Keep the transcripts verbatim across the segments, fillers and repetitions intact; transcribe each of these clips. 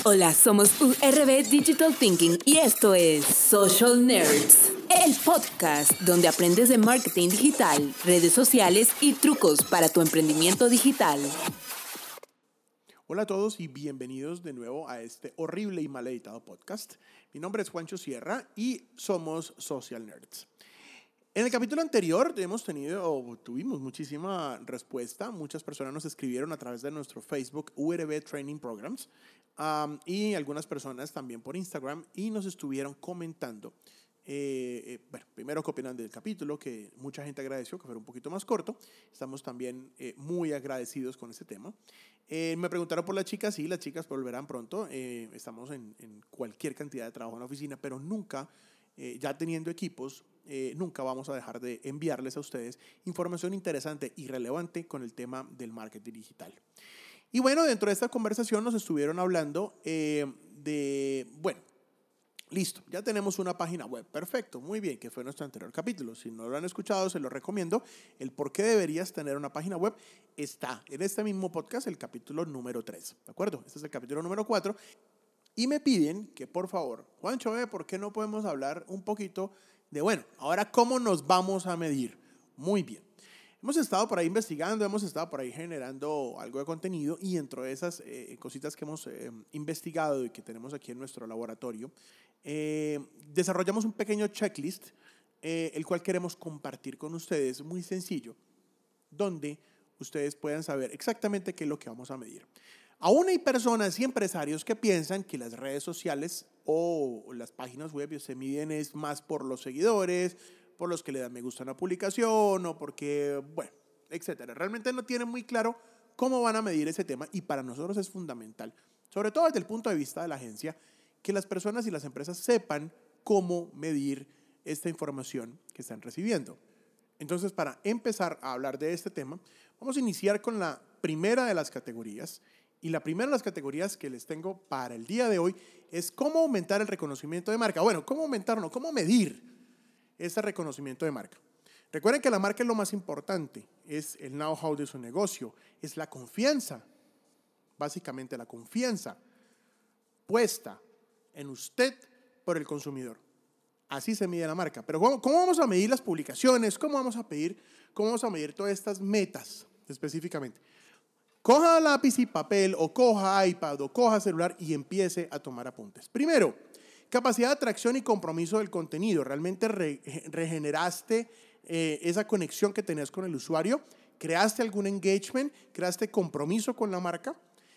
Hola, somos U R B Digital Thinking y esto es Social Nerds, el podcast donde aprendes de marketing digital, redes sociales y trucos para tu emprendimiento digital. Hola a todos y bienvenidos de nuevo a este horrible y mal editado podcast. Mi nombre es Juancho Sierra y somos Social Nerds. En el capítulo anterior hemos tenido, o tuvimos muchísima respuesta. Muchas personas nos escribieron a través de nuestro Facebook U R B Training Programs um, y algunas personas también por Instagram y nos estuvieron comentando. Eh, eh, bueno, primero que opinan del capítulo, que mucha gente agradeció que fuera un poquito más corto. Estamos también eh, muy agradecidos con este tema. Eh, me preguntaron por las chicas, sí, las chicas volverán pronto. Eh, estamos en, en cualquier cantidad de trabajo en la oficina, pero nunca, eh, ya teniendo equipos, eh, nunca vamos a dejar de enviarles a ustedes información interesante y relevante con el tema del marketing digital. Y bueno, dentro de esta conversación nos estuvieron hablando eh, de, bueno, listo, ya tenemos una página web, perfecto, muy bien, que fue nuestro anterior capítulo. Si no lo han escuchado, se lo recomiendo. El por qué deberías tener una página web está en este mismo podcast, el capítulo número tres, ¿de acuerdo? Este es el capítulo número cuatro. Y me piden que, por favor, Juancho, ¿eh? ¿por qué no podemos hablar un poquito de, bueno, ahora cómo nos vamos a medir? Muy bien. Hemos estado por ahí investigando, hemos estado por ahí generando algo de contenido y dentro de esas eh, cositas que hemos eh, investigado y que tenemos aquí en nuestro laboratorio, eh, desarrollamos un pequeño checklist, eh, el cual queremos compartir con ustedes, muy sencillo, donde ustedes puedan saber exactamente qué es lo que vamos a medir. Aún hay personas y empresarios que piensan que las redes sociales o las páginas web se miden es más por los seguidores, por los que le dan me gusta a una publicación o porque, bueno, etcétera. Realmente no tienen muy claro cómo van a medir ese tema y para nosotros es fundamental, sobre todo desde el punto de vista de la agencia, que las personas y las empresas sepan cómo medir esta información que están recibiendo. Entonces, para empezar a hablar de este tema, vamos a iniciar con la primera de las categorías. Y la primera de las categorías que les tengo para el día de hoy es cómo aumentar el reconocimiento de marca. Bueno, cómo aumentarlo, cómo medir ese reconocimiento de marca. Recuerden que la marca es lo más importante, es el know-how de su negocio, es la confianza, básicamente la confianza puesta en usted por el consumidor. Así se mide la marca. Pero ¿cómo, cómo vamos a medir las publicaciones? ¿Cómo vamos a pedir, cómo vamos a medir todas estas metas específicamente? Coja lápiz y papel o coja iPad o coja celular y empiece a tomar apuntes. Primero, capacidad de atracción y compromiso del contenido. ¿Realmente re, regeneraste eh, esa conexión que tenías con el usuario? ¿Creaste algún engagement? ¿Creaste compromiso con la marca?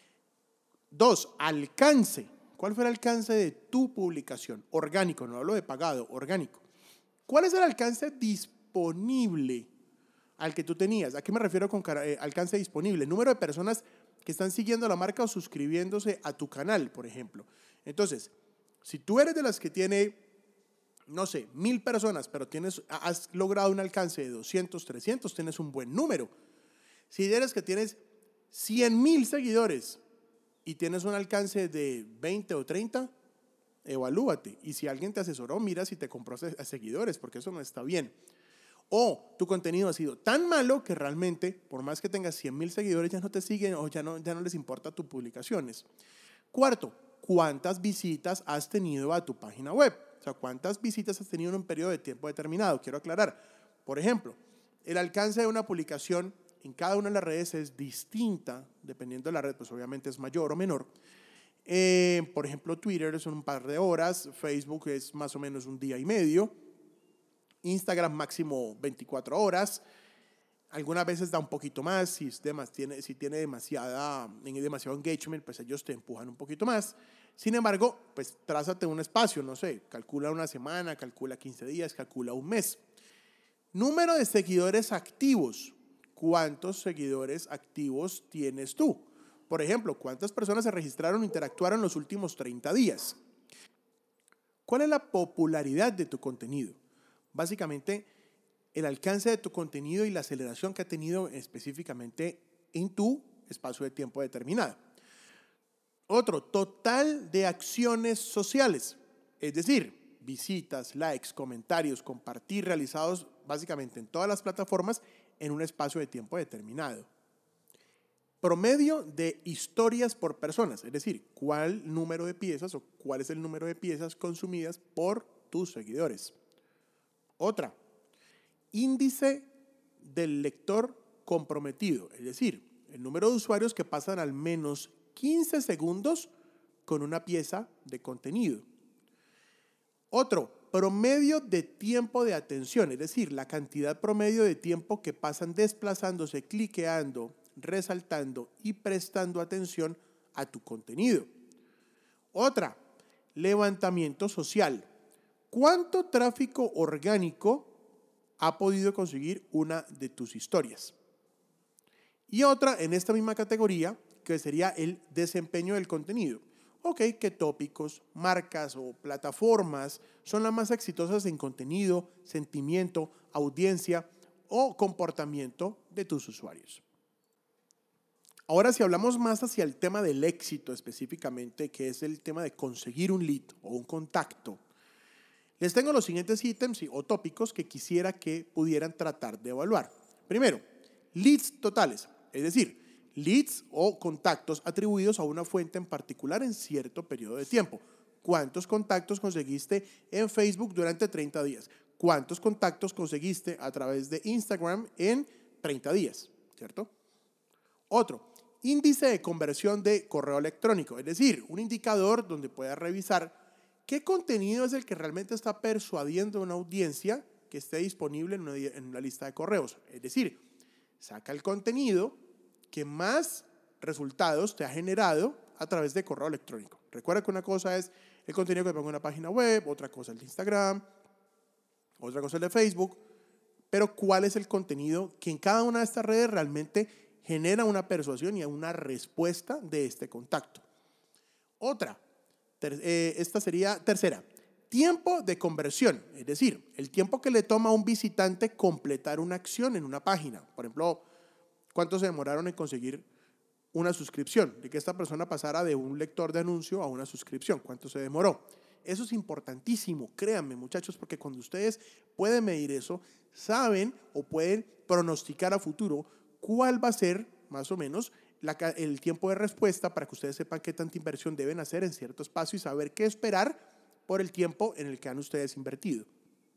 Dos, alcance. ¿Cuál fue el alcance de tu publicación? Orgánico, no hablo de pagado, orgánico. ¿Cuál es el alcance disponible al que tú tenías? ¿A qué me refiero con eh, alcance disponible? Número de personas que están siguiendo la marca o suscribiéndose a tu canal, por ejemplo. Entonces, si tú eres de las que tiene, no sé, mil personas, pero tienes, has logrado un alcance de doscientos, trescientos, tienes un buen número. Si eres que tienes cien mil seguidores y tienes un alcance de veinte o treinta, evalúate. Y si alguien te asesoró, mira si te compró a seguidores, porque eso no está bien. O tu contenido ha sido tan malo que realmente, por más que tengas cien mil seguidores, ya no te siguen o ya no, ya no les importa tus publicaciones. Cuarto, ¿cuántas visitas has tenido a tu página web? O sea, ¿cuántas visitas has tenido en un periodo de tiempo determinado? Quiero aclarar. Por ejemplo, el alcance de una publicación en cada una de las redes es distinta, dependiendo de la red, pues obviamente es mayor o menor. Eh, por ejemplo, Twitter es un par de horas, Facebook es más o menos un día y medio, Instagram máximo veinticuatro horas, algunas veces da un poquito más, si, es demas, tiene, si tiene demasiada, demasiado engagement, pues ellos te empujan un poquito más. Sin embargo, pues trázate un espacio, no sé, calcula una semana, calcula quince días, calcula un mes. Número de seguidores activos. ¿Cuántos seguidores activos tienes tú? Por ejemplo, ¿cuántas personas se registraron o interactuaron en los últimos treinta días? ¿Cuál es la popularidad de tu contenido? Básicamente, el alcance de tu contenido y la aceleración que ha tenido específicamente en tu espacio de tiempo determinado. Otro, total de acciones sociales, es decir, visitas, likes, comentarios, compartir realizados básicamente en todas las plataformas en un espacio de tiempo determinado. promedio de historias por personas, es decir, cuál número de piezas o cuál es el número de piezas consumidas por tus seguidores. Otra, índice del lector comprometido, es decir, el número de usuarios que pasan al menos quince segundos con una pieza de contenido. Otro, promedio de tiempo de atención, es decir, la cantidad promedio de tiempo que pasan desplazándose, cliqueando, resaltando y prestando atención a tu contenido. Otra, levantamiento social. ¿Cuánto tráfico orgánico ha podido conseguir una de tus historias? Y otra en esta misma categoría, que sería el desempeño del contenido. Ok, ¿qué tópicos, marcas o plataformas son las más exitosas en contenido, sentimiento, audiencia o comportamiento de tus usuarios? Ahora, si hablamos más hacia el tema del éxito específicamente, que es el tema de conseguir un lead o un contacto, les tengo los siguientes ítems o tópicos que quisiera que pudieran tratar de evaluar. Primero, leads totales, es decir, leads o contactos atribuidos a una fuente en particular en cierto periodo de tiempo. ¿Cuántos contactos conseguiste en Facebook durante treinta días? ¿Cuántos contactos conseguiste a través de Instagram en treinta días? ¿Cierto? Otro, índice de conversión de correo electrónico, es decir, un indicador donde puedas revisar qué contenido es el que realmente está persuadiendo a una audiencia que esté disponible en una, en una lista de correos. Es decir, saca el contenido que más resultados te ha generado a través de correo electrónico. Recuerda que una cosa es el contenido que pongo en una página web, otra cosa es el de Instagram, otra cosa es el de Facebook, pero ¿cuál es el contenido que en cada una de estas redes realmente genera una persuasión y una respuesta de este contacto? Otra, ter, eh, esta sería tercera, tiempo de conversión, es decir, el tiempo que le toma a un visitante completar una acción en una página. Por ejemplo, ¿cuánto se demoraron en conseguir una suscripción? De que esta persona pasara de un lector de anuncio a una suscripción. ¿Cuánto se demoró? Eso es importantísimo, créanme muchachos, porque cuando ustedes pueden medir eso, saben o pueden pronosticar a futuro cuál va a ser más o menos la, el tiempo de respuesta para que ustedes sepan qué tanta inversión deben hacer en cierto espacio y saber qué esperar por el tiempo en el que han ustedes invertido.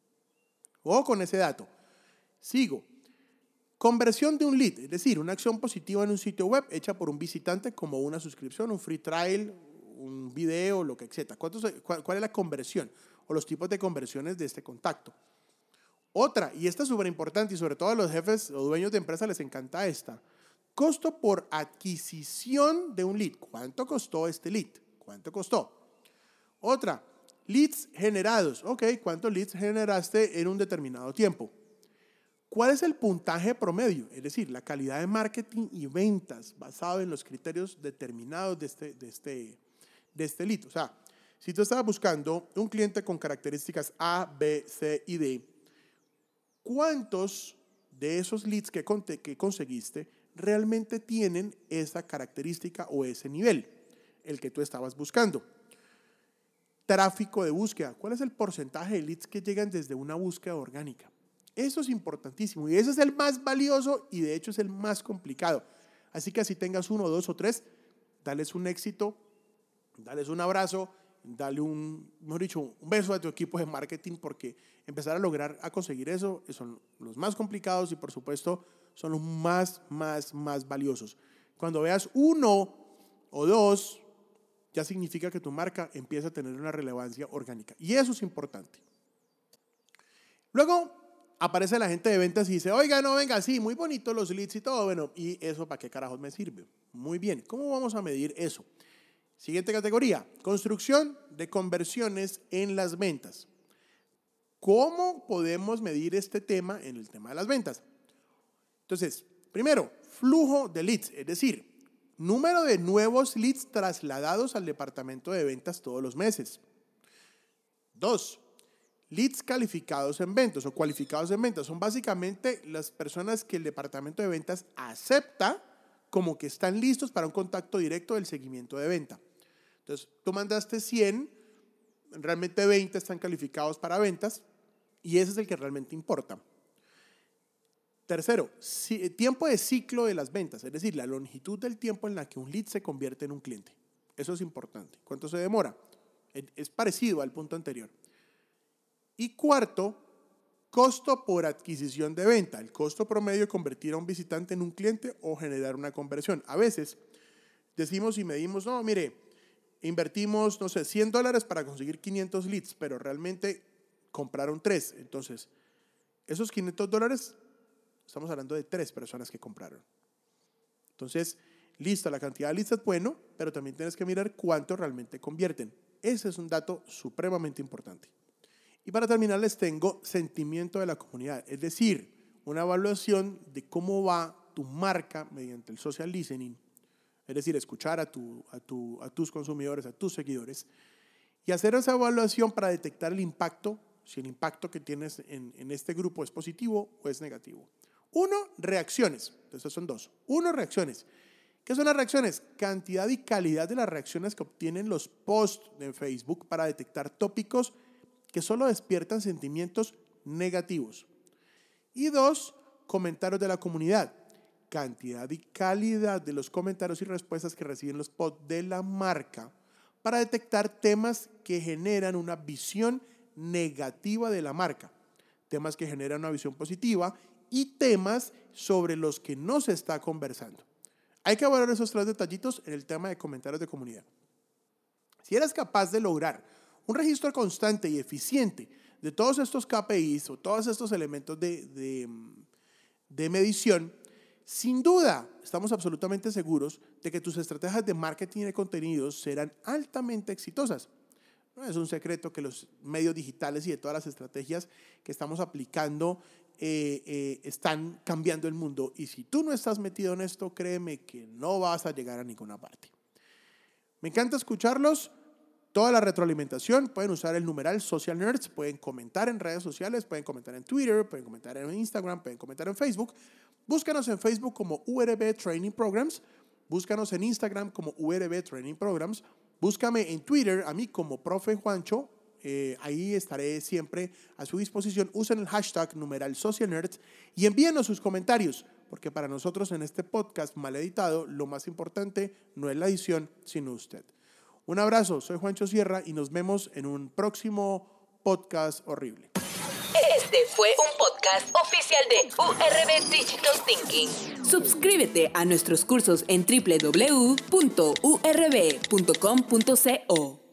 Ojo con ese dato. Sigo. Conversión de un lead, es decir, una acción positiva en un sitio web hecha por un visitante como una suscripción, un free trial, un video, lo que etcétera. ¿Cuál, ¿Cuál es la conversión o los tipos de conversiones de este contacto? Otra, y esta es súper importante y sobre todo a los jefes o dueños de empresa les encanta esta, costo por adquisición de un lead. ¿Cuánto costó este lead? ¿Cuánto costó? Otra, leads generados. Ok, ¿cuántos leads generaste en un determinado tiempo? ¿Cuál es el puntaje promedio? Es decir, la calidad de marketing y ventas basado en los criterios determinados de este, de este, de este lead. O sea, si tú estabas buscando un cliente con características A, B, C y D, ¿cuántos de esos leads que, que conseguiste realmente tienen esa característica o ese nivel, el que tú estabas buscando? Tráfico de búsqueda. ¿Cuál es el porcentaje de leads que llegan desde una búsqueda orgánica? Eso es importantísimo y ese es el más valioso y de hecho es el más complicado. Así que así tengas uno, dos o tres, dales un éxito, dales un abrazo, dale un, mejor dicho, un beso a tu equipo de marketing porque empezar a lograr a conseguir eso son los más complicados y por supuesto son los más, más, más valiosos. Cuando veas uno o dos, ya significa que tu marca empieza a tener una relevancia orgánica y eso es importante. Luego aparece la gente de ventas y dice, oiga, no, venga, sí, muy bonito los leads y todo, bueno, ¿y eso para qué carajos me sirve? Muy bien, ¿cómo vamos a medir eso? Siguiente categoría, construcción de conversiones en las ventas. ¿Cómo podemos medir este tema en el tema de las ventas? Entonces, primero, flujo de leads, es decir, número de nuevos leads trasladados al departamento de ventas todos los meses. Dos, leads calificados en ventas o cualificados en ventas. Son básicamente las personas que el departamento de ventas acepta como que están listos para un contacto directo del seguimiento de venta. Entonces, tú mandaste cien, realmente veinte están calificados para ventas y ese es el que realmente importa. Tercero, si, tiempo de ciclo de las ventas, es decir, la longitud del tiempo en la que un lead se convierte en un cliente. Eso es importante. ¿Cuánto se demora? Es parecido al punto anterior. Y cuarto, costo por adquisición de venta, el costo promedio de convertir a un visitante en un cliente o generar una conversión. A veces decimos y medimos, no, mire, invertimos, no sé, cien dólares para conseguir quinientos leads, pero realmente compraron tres. Entonces, esos quinientos dólares, estamos hablando de tres personas que compraron. Entonces, listo, la cantidad de leads es bueno, pero también tienes que mirar cuánto realmente convierten. Ese es un dato supremamente importante. Y para terminar les tengo sentimiento de la comunidad, es decir, una evaluación de cómo va tu marca mediante el social listening, es decir, escuchar a, tu, a, tu, a tus consumidores, a tus seguidores, y hacer esa evaluación para detectar el impacto, si el impacto que tienes en, en este grupo es positivo o es negativo. Uno, reacciones. Entonces son dos. Uno, reacciones. ¿Qué son las reacciones? Cantidad y calidad de las reacciones que obtienen los posts de Facebook para detectar tópicos que solo despiertan sentimientos negativos. Y dos, comentarios de la comunidad. Cantidad y calidad de los comentarios y respuestas que reciben los posts de la marca para detectar temas que generan una visión negativa de la marca, temas que generan una visión positiva y temas sobre los que no se está conversando. Hay que evaluar esos tres detallitos en el tema de comentarios de comunidad. Si eres capaz de lograr un registro constante y eficiente de todos estos K P Is o todos estos elementos de, de, de medición, sin duda estamos absolutamente seguros de que tus estrategias de marketing de contenidos serán altamente exitosas. No es un secreto que los medios digitales y de todas las estrategias que estamos aplicando eh, eh, están cambiando el mundo. Y si tú no estás metido en esto, créeme que no vas a llegar a ninguna parte. Me encanta escucharlos. Toda la retroalimentación, pueden usar el numeral Social Nerds, pueden comentar en redes sociales, pueden comentar en Twitter, pueden comentar en Instagram, pueden comentar en Facebook. Búscanos en Facebook como U R B Training Programs, búscanos en Instagram como U R B Training Programs, búscame en Twitter a mí como Profe Juancho, eh, ahí estaré siempre a su disposición. Usen el hashtag numeral Social Nerds y envíenos sus comentarios, porque para nosotros en este podcast mal editado, lo más importante no es la edición, sino usted. Un abrazo, soy Juancho Sierra y nos vemos en un próximo podcast horrible. Este fue un podcast oficial de U R B Digital Thinking. Suscríbete a nuestros cursos en doble u doble u doble u punto u r b punto com punto co.